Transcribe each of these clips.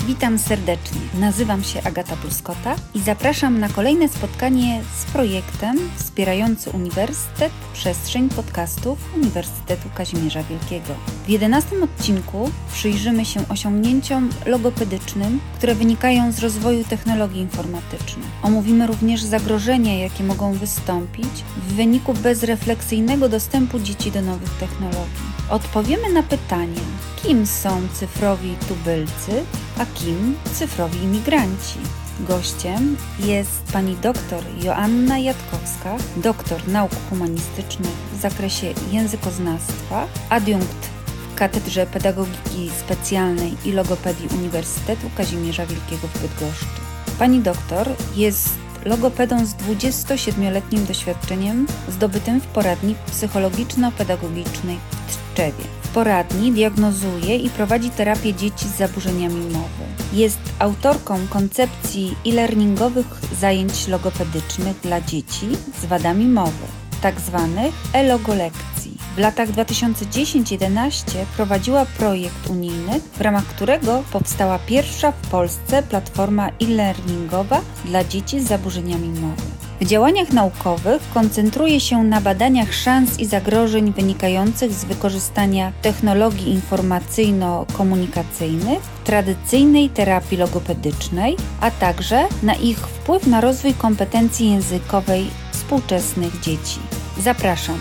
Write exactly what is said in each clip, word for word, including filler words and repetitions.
Witam serdecznie. Nazywam się Agata Bluskota i zapraszam na kolejne spotkanie z projektem wspierający Uniwersytet Przestrzeń Podcastów Uniwersytetu Kazimierza Wielkiego. W jedenastym odcinku przyjrzymy się osiągnięciom logopedycznym, które wynikają z rozwoju technologii informatycznych. Omówimy również zagrożenia, jakie mogą wystąpić w wyniku bezrefleksyjnego dostępu dzieci do nowych technologii. Odpowiemy na pytania, kim są cyfrowi tubylcy, a kim cyfrowi imigranci. Gościem jest pani doktor Joanna Jatkowska, doktor nauk humanistycznych w zakresie językoznawstwa, adiunkt w Katedrze Pedagogiki Specjalnej i Logopedii Uniwersytetu Kazimierza Wielkiego w Bydgoszczy. Pani doktor jest logopedą z dwudziestosiedmioletnim doświadczeniem zdobytym w poradni psychologiczno-pedagogicznej w Tczewie. W poradni diagnozuje i prowadzi terapię dzieci z zaburzeniami mowy. Jest autorką koncepcji e-learningowych zajęć logopedycznych dla dzieci z wadami mowy, tak zwanych e-logolekcji. W latach dwa tysiące dziesiąty do dwa tysiące jedenastego prowadziła projekt unijny, w ramach którego powstała pierwsza w Polsce platforma e-learningowa dla dzieci z zaburzeniami mowy. W działaniach naukowych koncentruje się na badaniach szans i zagrożeń wynikających z wykorzystania technologii informacyjno-komunikacyjnych w tradycyjnej terapii logopedycznej, a także na ich wpływ na rozwój kompetencji językowej współczesnych dzieci. Zapraszam.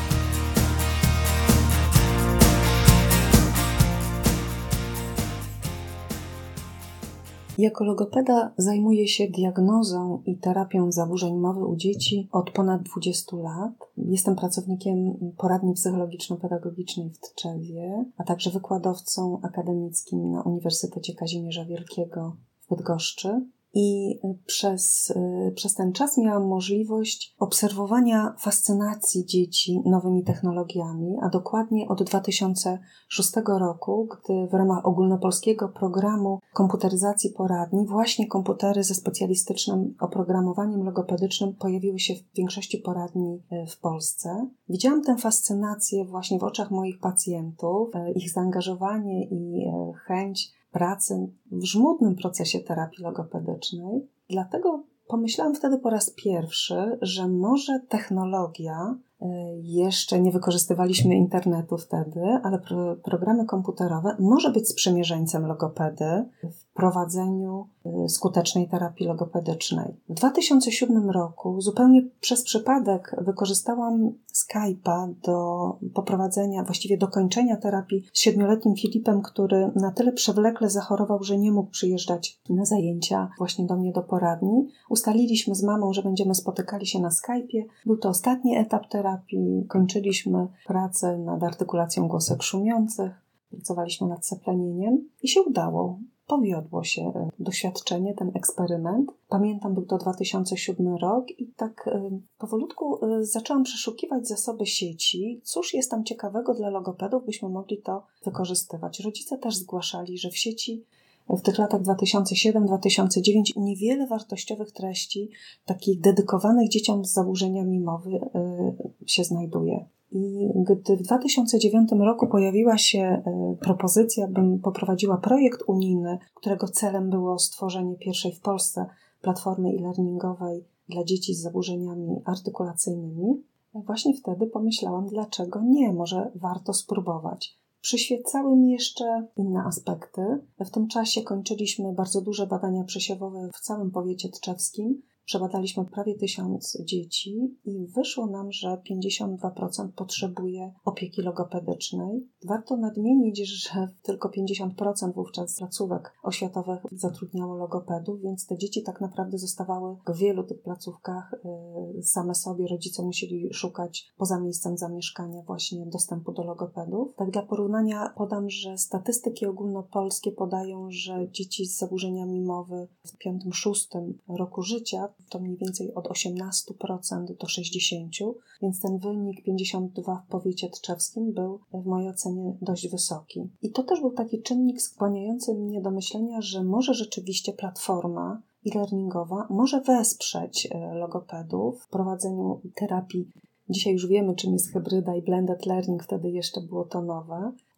Jako logopeda zajmuję się diagnozą i terapią zaburzeń mowy u dzieci od ponad dwudziestu lat. Jestem pracownikiem poradni psychologiczno-pedagogicznej w Tczewie, a także wykładowcą akademickim na Uniwersytecie Kazimierza Wielkiego w Bydgoszczy. I przez, przez ten czas miałam możliwość obserwowania fascynacji dzieci nowymi technologiami, a dokładnie od dwa tysiące szóstego roku, gdy w ramach ogólnopolskiego programu komputeryzacji poradni właśnie komputery ze specjalistycznym oprogramowaniem logopedycznym pojawiły się w większości poradni w Polsce. Widziałam tę fascynację właśnie w oczach moich pacjentów, ich zaangażowanie i chęć pracy w żmudnym procesie terapii logopedycznej. Dlatego pomyślałam wtedy po raz pierwszy, że może technologia, jeszcze nie wykorzystywaliśmy internetu wtedy, ale pro, programy komputerowe może być sprzymierzeńcem logopedy w prowadzeniu skutecznej terapii logopedycznej. W dwa tysiące siódmym roku zupełnie przez przypadek wykorzystałam Skype'a do poprowadzenia, właściwie dokończenia terapii z siedmioletnim Filipem, który na tyle przewlekle zachorował, że nie mógł przyjeżdżać na zajęcia właśnie do mnie do poradni. Ustaliliśmy z mamą, że będziemy spotykali się na Skype'ie. Był to ostatni etap terapii. Kończyliśmy pracę nad artykulacją głosek szumiących, pracowaliśmy nad seplenieniem i się udało. Powiodło się doświadczenie, ten eksperyment. Pamiętam, był to dwa tysiące siódmy rok i tak y, powolutku y, zaczęłam przeszukiwać zasoby sieci. Cóż jest tam ciekawego dla logopedów, byśmy mogli to wykorzystywać. Rodzice też zgłaszali, że w sieci w tych latach dwa tysiące siódmy do dwa tysiące dziewiątego niewiele wartościowych treści, takich dedykowanych dzieciom z zaburzeniami mowy y, się znajduje. I gdy w dwa tysiące dziewiątym roku pojawiła się propozycja, bym poprowadziła projekt unijny, którego celem było stworzenie pierwszej w Polsce platformy e-learningowej dla dzieci z zaburzeniami artykulacyjnymi, właśnie wtedy pomyślałam, dlaczego nie, może warto spróbować. Przyświecały mi jeszcze inne aspekty. W tym czasie kończyliśmy bardzo duże badania przesiewowe w całym powiecie tczewskim. Przebadaliśmy prawie tysiąc dzieci i wyszło nam, że pięćdziesiąt dwa procent potrzebuje opieki logopedycznej. Warto nadmienić, że tylko pięćdziesiąt procent wówczas placówek oświatowych zatrudniało logopedów, więc te dzieci tak naprawdę zostawały w wielu tych placówkach same sobie. Rodzice musieli szukać poza miejscem zamieszkania właśnie dostępu do logopedów. Tak dla porównania podam, że statystyki ogólnopolskie podają, że dzieci z zaburzeniami mowy w piątym szóstym roku życia to mniej więcej od osiemnaście procent do sześćdziesiąt procent, więc ten wynik pięćdziesiąt dwa procent w powiecie tczewskim był w mojej ocenie dość wysoki. I to też był taki czynnik skłaniający mnie do myślenia, że może rzeczywiście platforma e-learningowa może wesprzeć logopedów w prowadzeniu terapii. Dzisiaj już wiemy, czym jest hybryda i blended learning, wtedy jeszcze było to nowe.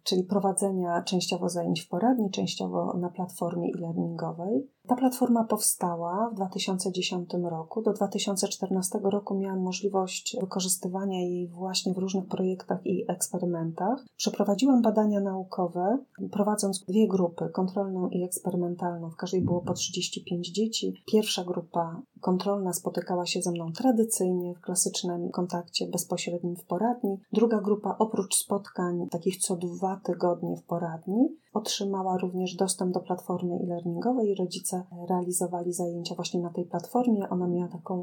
czyli prowadzenia częściowo zajęć w poradni, częściowo na platformie e-learningowej. Ta platforma powstała w dwa tysiące dziesiątym roku. Do dwa tysiące czternastego roku miałam możliwość wykorzystywania jej właśnie w różnych projektach i eksperymentach. Przeprowadziłam badania naukowe, prowadząc dwie grupy, kontrolną i eksperymentalną. W każdej było po trzydzieści pięć dzieci. Pierwsza grupa kontrolna spotykała się ze mną tradycyjnie w klasycznym kontakcie bezpośrednim w poradni. Druga grupa oprócz spotkań takich co dwa tygodnie w poradni otrzymała również dostęp do platformy e-learningowej i rodzice realizowali zajęcia właśnie na tej platformie. Ona miała taką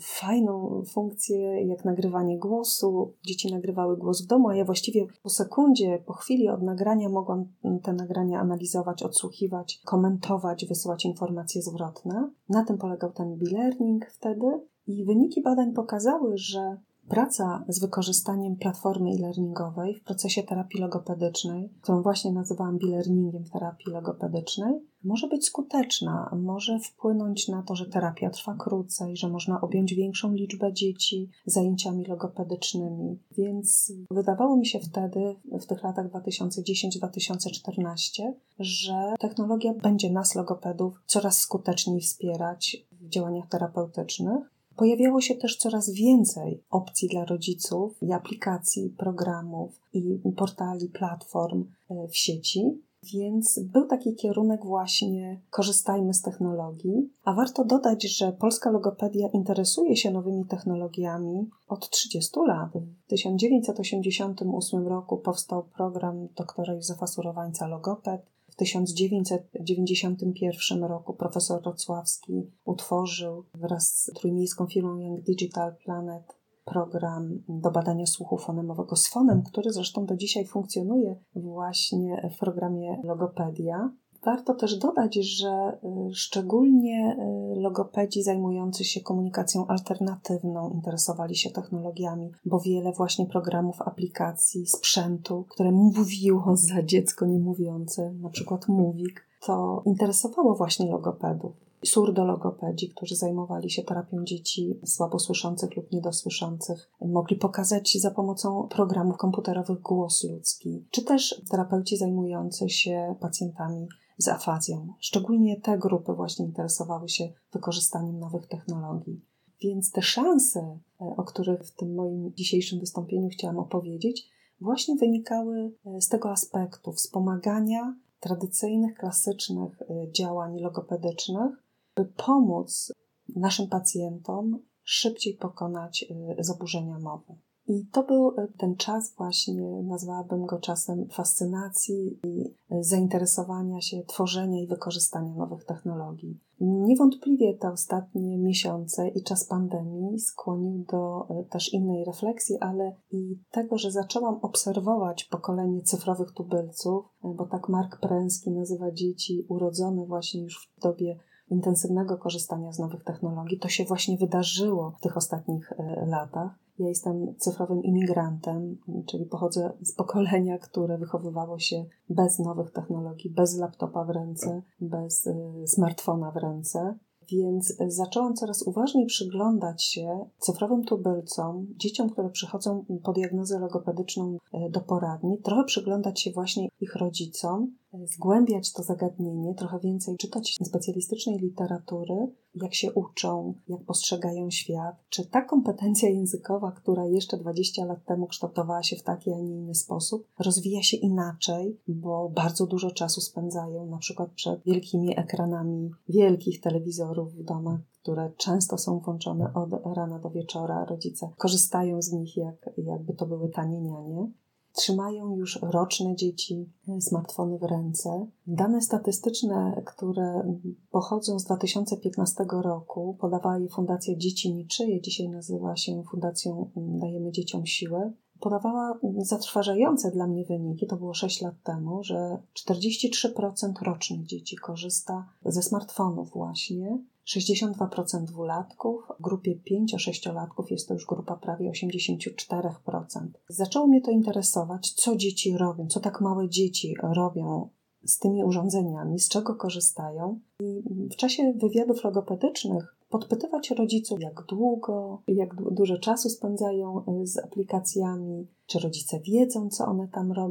fajną funkcję jak nagrywanie głosu. Dzieci nagrywały głos w domu, a ja właściwie po sekundzie, po chwili od nagrania mogłam te nagrania analizować, odsłuchiwać, komentować, wysyłać informacje zwrotne. Na tym polegał ten e-learning wtedy i wyniki badań pokazały, że praca z wykorzystaniem platformy e-learningowej w procesie terapii logopedycznej, którą właśnie nazywałam e-learningiem terapii logopedycznej, może być skuteczna, może wpłynąć na to, że terapia trwa krócej, że można objąć większą liczbę dzieci zajęciami logopedycznymi. Więc wydawało mi się wtedy, w tych latach dwa tysiące dziesiąty do dwa tysiące czternastego, że technologia będzie nas, logopedów, coraz skuteczniej wspierać w działaniach terapeutycznych. Pojawiało się też coraz więcej opcji dla rodziców i aplikacji, programów i portali, platform w sieci, więc był taki kierunek właśnie korzystajmy z technologii. A warto dodać, że polska logopedia interesuje się nowymi technologiami od trzydziestu lat. W tysiąc dziewięćset osiemdziesiątym ósmym roku powstał program doktora Józefa Surowańca Logoped. W tysiąc dziewięćset dziewięćdziesiątym pierwszym roku profesor Wrocławski utworzył wraz z trójmiejską firmą Young Digital Planet program do badania słuchu fonemowego z fonem, który zresztą do dzisiaj funkcjonuje właśnie w programie Logopedia. Warto też dodać, że szczególnie logopedzi zajmujący się komunikacją alternatywną interesowali się technologiami, bo wiele właśnie programów, aplikacji, sprzętu, które mówiło za dziecko niemówiące, na przykład Mówik, to interesowało właśnie logopedów. Surdologopedzi, którzy zajmowali się terapią dzieci słabosłyszących lub niedosłyszących, mogli pokazać za pomocą programów komputerowych głos ludzki, czy też terapeuci zajmujący się pacjentami z afazją. Szczególnie te grupy właśnie interesowały się wykorzystaniem nowych technologii. Więc te szanse, o których w tym moim dzisiejszym wystąpieniu chciałam opowiedzieć, właśnie wynikały z tego aspektu wspomagania tradycyjnych, klasycznych działań logopedycznych, by pomóc naszym pacjentom szybciej pokonać zaburzenia mowy. I to był ten czas właśnie, nazwałabym go czasem fascynacji i zainteresowania się, tworzenia i wykorzystania nowych technologii. Niewątpliwie te ostatnie miesiące i czas pandemii skłonił do też innej refleksji, ale i tego, że zaczęłam obserwować pokolenie cyfrowych tubylców, bo tak Mark Pręski nazywa dzieci urodzone właśnie już w dobie intensywnego korzystania z nowych technologii. To się właśnie wydarzyło w tych ostatnich latach. Ja jestem cyfrowym imigrantem, czyli pochodzę z pokolenia, które wychowywało się bez nowych technologii, bez laptopa w ręce, bez smartfona w ręce. Więc zaczęłam coraz uważniej przyglądać się cyfrowym tubylcom, dzieciom, które przychodzą po diagnozę logopedyczną do poradni, trochę przyglądać się właśnie ich rodzicom, zgłębiać to zagadnienie, trochę więcej czytać specjalistycznej literatury, jak się uczą, jak postrzegają świat. Czy ta kompetencja językowa, która jeszcze dwadzieścia lat temu kształtowała się w taki, a nie inny sposób, rozwija się inaczej, bo bardzo dużo czasu spędzają na przykład przed wielkimi ekranami wielkich telewizorów w domach, które często są włączone od rana do wieczora. Rodzice korzystają z nich, jak, jakby to były tanie nianie. Trzymają już roczne dzieci smartfony w ręce. Dane statystyczne, które pochodzą z dwa tysiące piętnastego roku, podawała je Fundacja Dzieci Niczyje, dzisiaj nazywa się Fundacją Dajemy Dzieciom Siłę, podawała zatrważające dla mnie wyniki, to było sześć lat temu, że czterdzieści trzy procent rocznych dzieci korzysta ze smartfonów właśnie, sześćdziesiąt dwa procent dwulatków, w grupie pięcio-sześciolatków jest to już grupa prawie osiemdziesiąt cztery procent. Zaczęło mnie to interesować, co dzieci robią, co tak małe dzieci robią z tymi urządzeniami, z czego korzystają. I w czasie wywiadów logopedycznych podpytywać rodziców, jak długo, jak dużo czasu spędzają z aplikacjami, czy rodzice wiedzą, co one tam robią.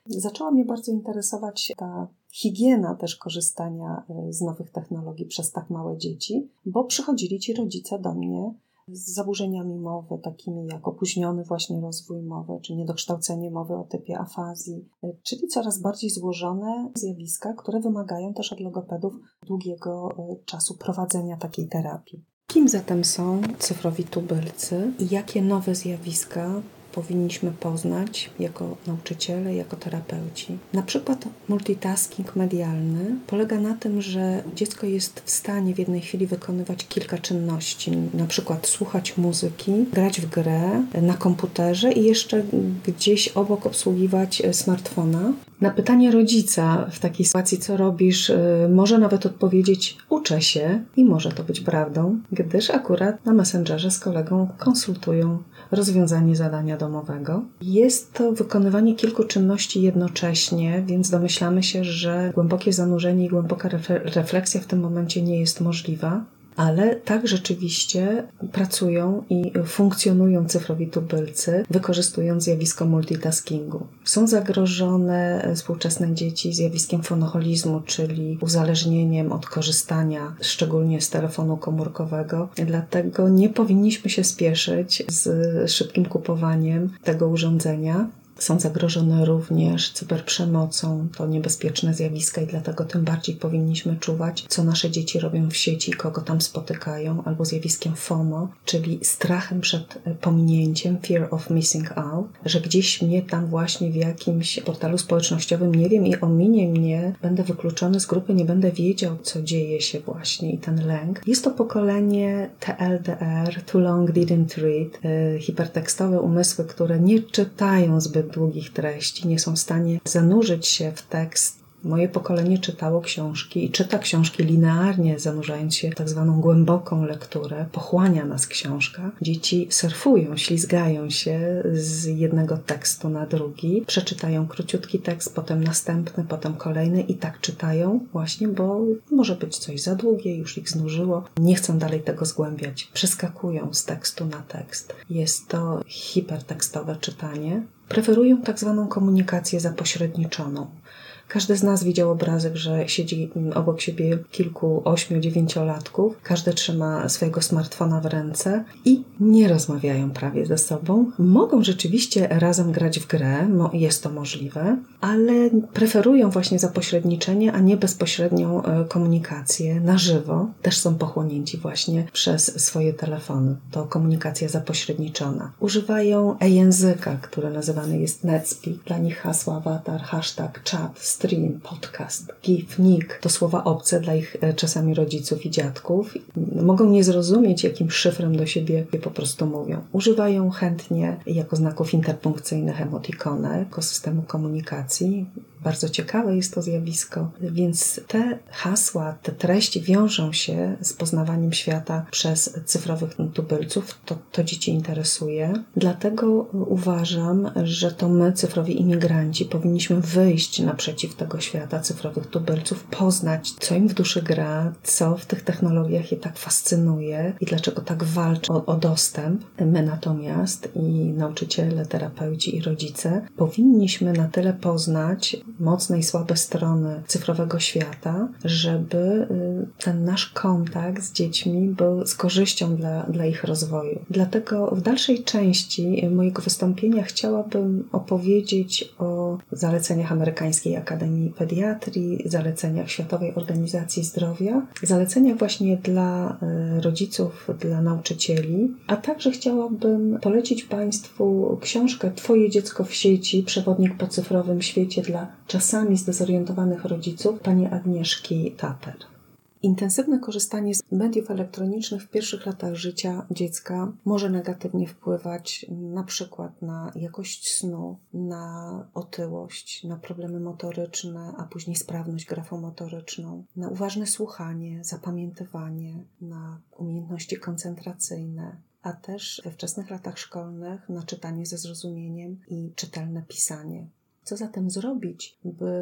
Zaczęła mnie bardzo interesować ta higiena też korzystania z nowych technologii przez tak małe dzieci, bo przychodzili ci rodzice do mnie z zaburzeniami mowy, takimi jak opóźniony właśnie rozwój mowy, czy niedokształcenie mowy o typie afazji, czyli coraz bardziej złożone zjawiska, które wymagają też od logopedów długiego czasu prowadzenia takiej terapii. Kim zatem są cyfrowi tubylcy i jakie nowe zjawiska powinniśmy poznać jako nauczyciele, jako terapeuci? Na przykład multitasking medialny polega na tym, że dziecko jest w stanie w jednej chwili wykonywać kilka czynności, na przykład słuchać muzyki, grać w grę na komputerze i jeszcze gdzieś obok obsługiwać smartfona. Na pytanie rodzica w takiej sytuacji, co robisz, może nawet odpowiedzieć: uczę się, i może to być prawdą, gdyż akurat na Messengerze z kolegą konsultują rozwiązanie zadania domowego. Jest to wykonywanie kilku czynności jednocześnie, więc domyślamy się, że głębokie zanurzenie i głęboka refleksja w tym momencie nie jest możliwa. Ale tak rzeczywiście pracują i funkcjonują cyfrowi tubylcy, wykorzystując zjawisko multitaskingu. Są zagrożone współczesne dzieci zjawiskiem fonoholizmu, czyli uzależnieniem od korzystania, szczególnie z telefonu komórkowego. Dlatego nie powinniśmy się spieszyć z szybkim kupowaniem tego urządzenia. Są zagrożone również cyberprzemocą, to niebezpieczne zjawiska i dlatego tym bardziej powinniśmy czuwać, co nasze dzieci robią w sieci, kogo tam spotykają, albo zjawiskiem FOMO, czyli strachem przed pominięciem, fear of missing out, że gdzieś mnie tam właśnie w jakimś portalu społecznościowym nie wiem i ominie mnie, będę wykluczony z grupy, nie będę wiedział, co dzieje się właśnie i ten lęk. Jest to pokolenie T L D R, too long didn't read, hipertekstowe umysły, które nie czytają zbyt długich treści, nie są w stanie zanurzyć się w tekst. Moje pokolenie czytało książki i czyta książki linearnie, zanurzając się w tak zwaną głęboką lekturę. Pochłania nas książka. Dzieci surfują, ślizgają się z jednego tekstu na drugi. Przeczytają króciutki tekst, potem następny, potem kolejny i tak czytają właśnie, bo może być coś za długie, już ich znużyło. Nie chcą dalej tego zgłębiać. Przeskakują z tekstu na tekst. Jest to hipertekstowe czytanie. Preferują tak zwaną komunikację zapośredniczoną. Każdy z nas widział obrazek, że siedzi obok siebie kilku ośmiu, dziewięciolatków. Każdy trzyma swojego smartfona w ręce i nie rozmawiają prawie ze sobą. Mogą rzeczywiście razem grać w grę, jest to możliwe, ale preferują właśnie zapośredniczenie, a nie bezpośrednią komunikację na żywo. Też są pochłonięci właśnie przez swoje telefony. To komunikacja zapośredniczona. Używają e-języka, który nazywany jest NetSpeak. Dla nich hasła, awatar, hashtag, chat, stream, podcast, gif, nick to słowa obce dla ich czasami rodziców i dziadków. Mogą nie zrozumieć, jakim szyfrem do siebie po prostu mówią. Używają chętnie jako znaków interpunkcyjnych emotikony, jako systemu komunikacji. Bardzo ciekawe jest to zjawisko, więc te hasła, te treści wiążą się z poznawaniem świata przez cyfrowych tubylców. To, to dzieci interesuje. Dlatego uważam, że to my, cyfrowi imigranci, powinniśmy wyjść naprzeciw tego świata cyfrowych tubylców, poznać, co im w duszy gra, co w tych technologiach je tak fascynuje i dlaczego tak walczą o, o dostęp. My natomiast i nauczyciele, terapeuci i rodzice powinniśmy na tyle poznać mocne i słabe strony cyfrowego świata, żeby ten nasz kontakt z dziećmi był z korzyścią dla, dla ich rozwoju. Dlatego w dalszej części mojego wystąpienia chciałabym opowiedzieć o zaleceniach Amerykańskiej Akademii Pediatrii, zaleceniach Światowej Organizacji Zdrowia, zaleceniach właśnie dla rodziców, dla nauczycieli, a także chciałabym polecić Państwu książkę Twoje dziecko w sieci, przewodnik po cyfrowym świecie dla czasami zdezorientowanych rodziców, pani Agnieszki Taper. Intensywne korzystanie z mediów elektronicznych w pierwszych latach życia dziecka może negatywnie wpływać na przykład na jakość snu, na otyłość, na problemy motoryczne, a później sprawność grafomotoryczną, na uważne słuchanie, zapamiętywanie, na umiejętności koncentracyjne, a też we wczesnych latach szkolnych na czytanie ze zrozumieniem i czytelne pisanie. Co zatem zrobić, by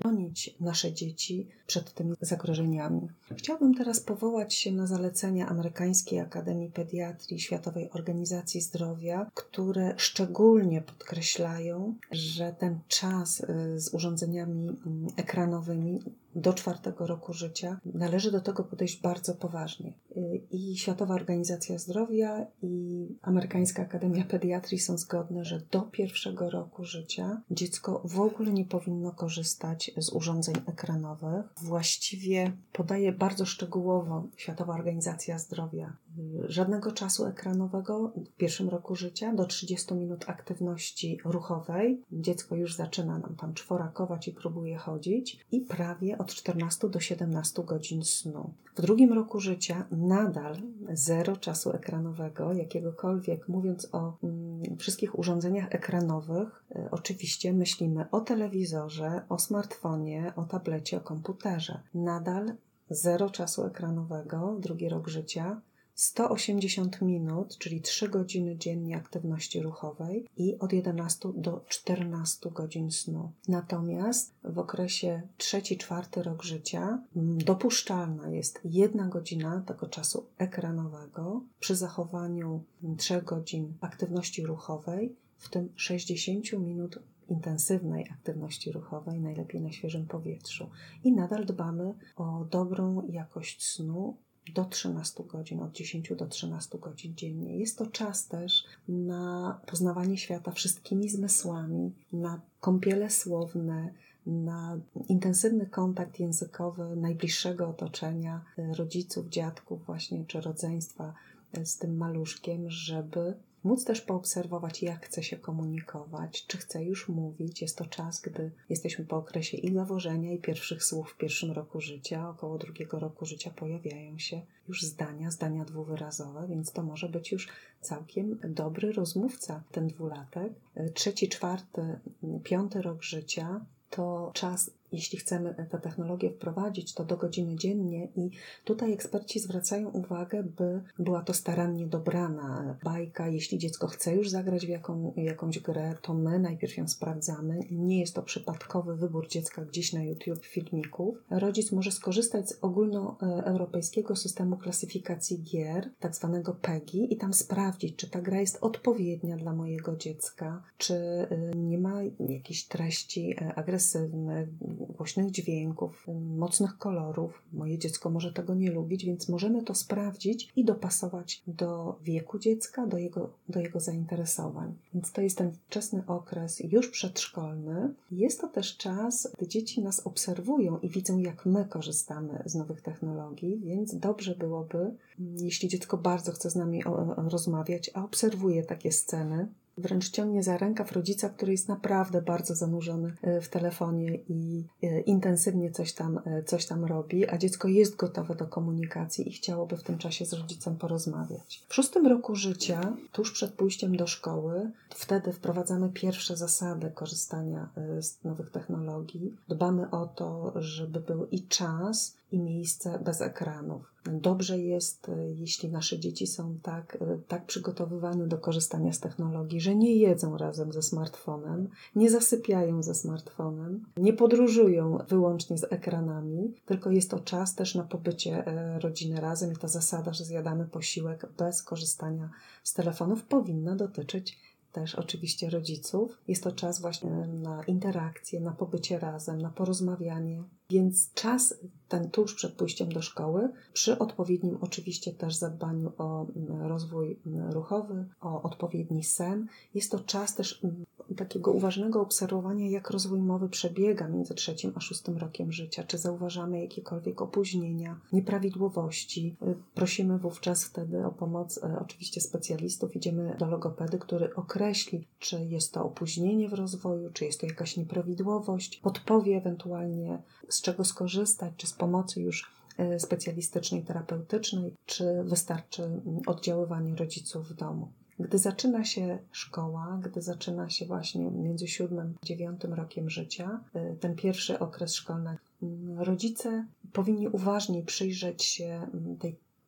chronić nasze dzieci przed tymi zagrożeniami. Chciałabym teraz powołać się na zalecenia Amerykańskiej Akademii Pediatrii Światowej Organizacji Zdrowia, które szczególnie podkreślają, że ten czas z urządzeniami ekranowymi do czwartego roku życia należy do tego podejść bardzo poważnie. I Światowa Organizacja Zdrowia i Amerykańska Akademia Pediatrii są zgodne, że do pierwszego roku życia dziecko w ogóle nie powinno korzystać z urządzeń ekranowych. Właściwie podaje bardzo szczegółowo Światowa Organizacja Zdrowia żadnego czasu ekranowego w pierwszym roku życia, do trzydziestu minut aktywności ruchowej. Dziecko już zaczyna nam tam czworakować i próbuje chodzić i prawie od czternastu do siedemnastu godzin snu. W drugim roku życia nadal zero czasu ekranowego, jakiegokolwiek. Mówiąc o mm, wszystkich urządzeniach ekranowych, y, oczywiście myślimy o telewizorze, o smartfonie, o tablecie, o komputerze. Nadal zero czasu ekranowego, drugi rok życia, sto osiemdziesiąt minut, czyli trzy godziny dziennie aktywności ruchowej i od jedenastu do czternastu godzin snu. Natomiast w okresie trzeci, czwarty rok życia dopuszczalna jest jedna godzina tego czasu ekranowego przy zachowaniu trzech godzin aktywności ruchowej, w tym sześćdziesiąt minut intensywnej aktywności ruchowej, najlepiej na świeżym powietrzu. I nadal dbamy o dobrą jakość snu do trzynastu godzin, od dziesięciu do trzynastu godzin dziennie. Jest to czas też na poznawanie świata wszystkimi zmysłami, na kąpiele słowne, na intensywny kontakt językowy najbliższego otoczenia, rodziców, dziadków właśnie, czy rodzeństwa z tym maluszkiem, żeby móc też poobserwować, jak chce się komunikować, czy chce już mówić. Jest to czas, gdy jesteśmy po okresie i zawożenia, i pierwszych słów w pierwszym roku życia. Około drugiego roku życia pojawiają się już zdania, zdania dwuwyrazowe, więc to może być już całkiem dobry rozmówca, ten dwulatek. Trzeci, czwarty, piąty rok życia to czas, jeśli chcemy tę technologię wprowadzić, to do godziny dziennie i tutaj eksperci zwracają uwagę, by była to starannie dobrana bajka. Jeśli dziecko chce już zagrać w jaką, jakąś grę, to my najpierw ją sprawdzamy. Nie jest to przypadkowy wybór dziecka gdzieś na YouTube filmików. Rodzic może skorzystać z ogólnoeuropejskiego systemu klasyfikacji gier, tak zwanego PEGI, i tam sprawdzić, czy ta gra jest odpowiednia dla mojego dziecka, czy nie ma jakichś treści agresywnych, głośnych dźwięków, mocnych kolorów. Moje dziecko może tego nie lubić, więc możemy to sprawdzić i dopasować do wieku dziecka, do jego, do jego zainteresowań. Więc to jest ten wczesny okres już przedszkolny. Jest to też czas, gdy dzieci nas obserwują i widzą, jak my korzystamy z nowych technologii, więc dobrze byłoby, jeśli dziecko bardzo chce z nami o, o, rozmawiać, a obserwuje takie sceny, wręcz ciągnie za rękaw rodzica, który jest naprawdę bardzo zanurzony w telefonie i intensywnie coś tam, coś tam robi, a dziecko jest gotowe do komunikacji i chciałoby w tym czasie z rodzicem porozmawiać. W szóstym roku życia, tuż przed pójściem do szkoły, wtedy wprowadzamy pierwsze zasady korzystania z nowych technologii. Dbamy o to, żeby był i czas, i miejsce bez ekranów. Dobrze jest, jeśli nasze dzieci są tak, tak przygotowywane do korzystania z technologii, że nie jedzą razem ze smartfonem, nie zasypiają ze smartfonem, nie podróżują wyłącznie z ekranami, tylko jest to czas też na pobycie rodziny razem i ta zasada, że zjadamy posiłek bez korzystania z telefonów, powinna dotyczyć też oczywiście rodziców. Jest to czas właśnie na interakcję, na pobycie razem, na porozmawianie. Więc czas ten tuż przed pójściem do szkoły, przy odpowiednim oczywiście też zadbaniu o rozwój ruchowy, o odpowiedni sen. Jest to czas też takiego uważnego obserwowania, jak rozwój mowy przebiega między trzecim a szóstym rokiem życia. Czy zauważamy jakiekolwiek opóźnienia, nieprawidłowości. Prosimy wówczas wtedy o pomoc oczywiście specjalistów. Idziemy do logopedy, który określi, czy jest to opóźnienie w rozwoju, czy jest to jakaś nieprawidłowość, podpowie ewentualnie, z czego skorzystać, czy z pomocy już specjalistycznej, terapeutycznej, czy wystarczy oddziaływanie rodziców w domu. Gdy zaczyna się szkoła, gdy zaczyna się właśnie między siódmym a dziewiątym rokiem życia, ten pierwszy okres szkolny, rodzice powinni uważniej przyjrzeć się tej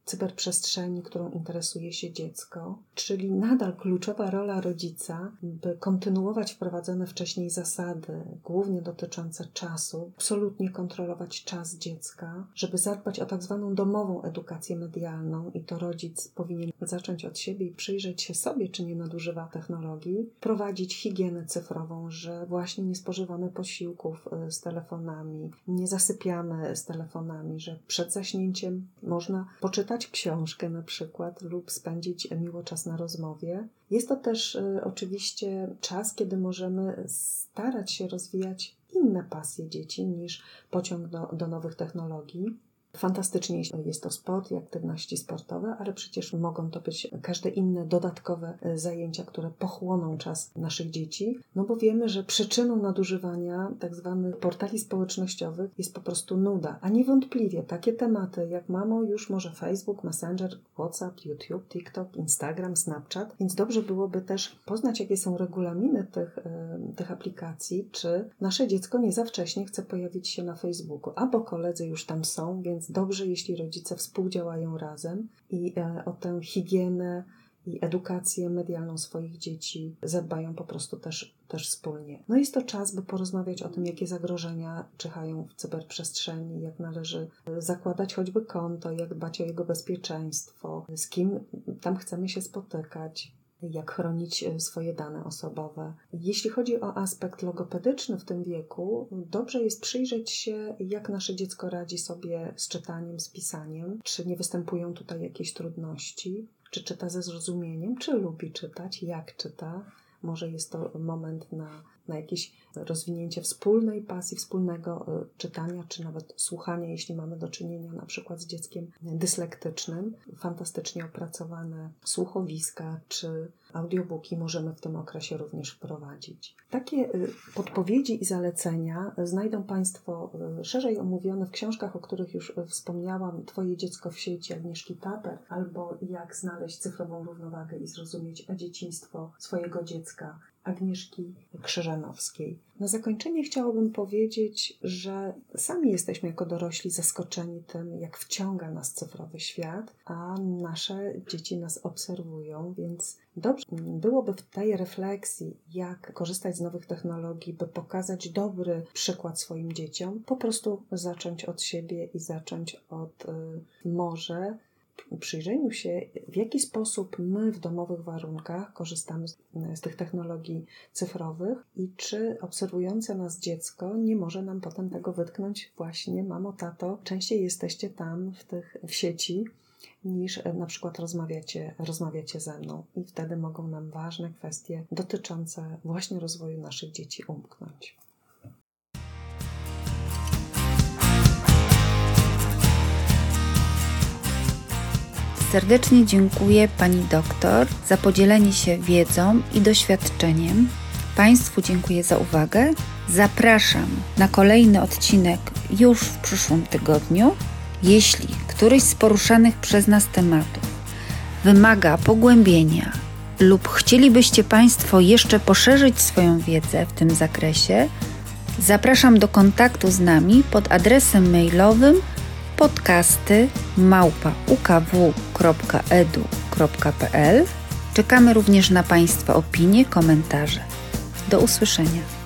cyberprzestrzeni, którą interesuje się dziecko, czyli nadal kluczowa rola rodzica, by kontynuować wprowadzone wcześniej zasady, głównie dotyczące czasu, absolutnie kontrolować czas dziecka, żeby zadbać o tak zwaną domową edukację medialną i to rodzic powinien zacząć od siebie i przyjrzeć się sobie, czy nie nadużywa technologii, prowadzić higienę cyfrową, że właśnie nie spożywamy posiłków z telefonami, nie zasypiamy z telefonami, że przed zaśnięciem można poczytać książkę na przykład lub spędzić miło czas na rozmowie. Jest to też y, oczywiście czas, kiedy możemy starać się rozwijać inne pasje dzieci niż pociąg do, do nowych technologii. Fantastycznie jest to sport i aktywności sportowe, ale przecież mogą to być każde inne dodatkowe zajęcia, które pochłoną czas naszych dzieci, no bo wiemy, że przyczyną nadużywania tak zwanych portali społecznościowych jest po prostu nuda, a niewątpliwie takie tematy jak mamo już może Facebook, Messenger, WhatsApp, YouTube, TikTok, Instagram, Snapchat, więc dobrze byłoby też poznać, jakie są regulaminy tych, tych aplikacji, czy nasze dziecko nie za wcześnie chce pojawić się na Facebooku, albo koledzy już tam są, więc dobrze, jeśli rodzice współdziałają razem i e, o tę higienę i edukację medialną swoich dzieci zadbają po prostu też, też wspólnie. No jest to czas, by porozmawiać o tym, jakie zagrożenia czyhają w cyberprzestrzeni, jak należy zakładać choćby konto, jak dbać o jego bezpieczeństwo, z kim tam chcemy się spotykać, jak chronić swoje dane osobowe. Jeśli chodzi o aspekt logopedyczny w tym wieku, dobrze jest przyjrzeć się, jak nasze dziecko radzi sobie z czytaniem, z pisaniem, czy nie występują tutaj jakieś trudności, czy czyta ze zrozumieniem, czy lubi czytać, jak czyta. Może jest to moment na, na jakieś rozwinięcie wspólnej pasji, wspólnego czytania, czy nawet słuchania, jeśli mamy do czynienia na przykład z dzieckiem dyslektycznym. Fantastycznie opracowane słuchowiska czy audiobooki możemy w tym okresie również wprowadzić. Takie podpowiedzi i zalecenia znajdą Państwo szerzej omówione w książkach, o których już wspomniałam. Twoje dziecko w sieci Agnieszki Taper, albo Jak znaleźć cyfrową równowagę i zrozumieć dzieciństwo swojego dziecka Agnieszki Krzyżanowskiej. Na zakończenie chciałabym powiedzieć, że sami jesteśmy jako dorośli zaskoczeni tym, jak wciąga nas cyfrowy świat, a nasze dzieci nas obserwują, więc dobrze byłoby w tej refleksji, jak korzystać z nowych technologii, by pokazać dobry przykład swoim dzieciom, po prostu zacząć od siebie i zacząć od y, może przyjrzeniu się, w jaki sposób my w domowych warunkach korzystamy z, z tych technologii cyfrowych i czy obserwujące nas dziecko nie może nam potem tego wytknąć właśnie: mamo, tato, częściej jesteście tam w, tych, w sieci niż na przykład rozmawiacie, rozmawiacie ze mną i wtedy mogą nam ważne kwestie dotyczące właśnie rozwoju naszych dzieci umknąć. Serdecznie dziękuję Pani doktor za podzielenie się wiedzą i doświadczeniem. Państwu dziękuję za uwagę. Zapraszam na kolejny odcinek już w przyszłym tygodniu. Jeśli któryś z poruszanych przez nas tematów wymaga pogłębienia lub chcielibyście Państwo jeszcze poszerzyć swoją wiedzę w tym zakresie, zapraszam do kontaktu z nami pod adresem mailowym podcasty małpa u k w kropka e d u kropka p l. Czekamy również na Państwa opinie, komentarze. Do usłyszenia.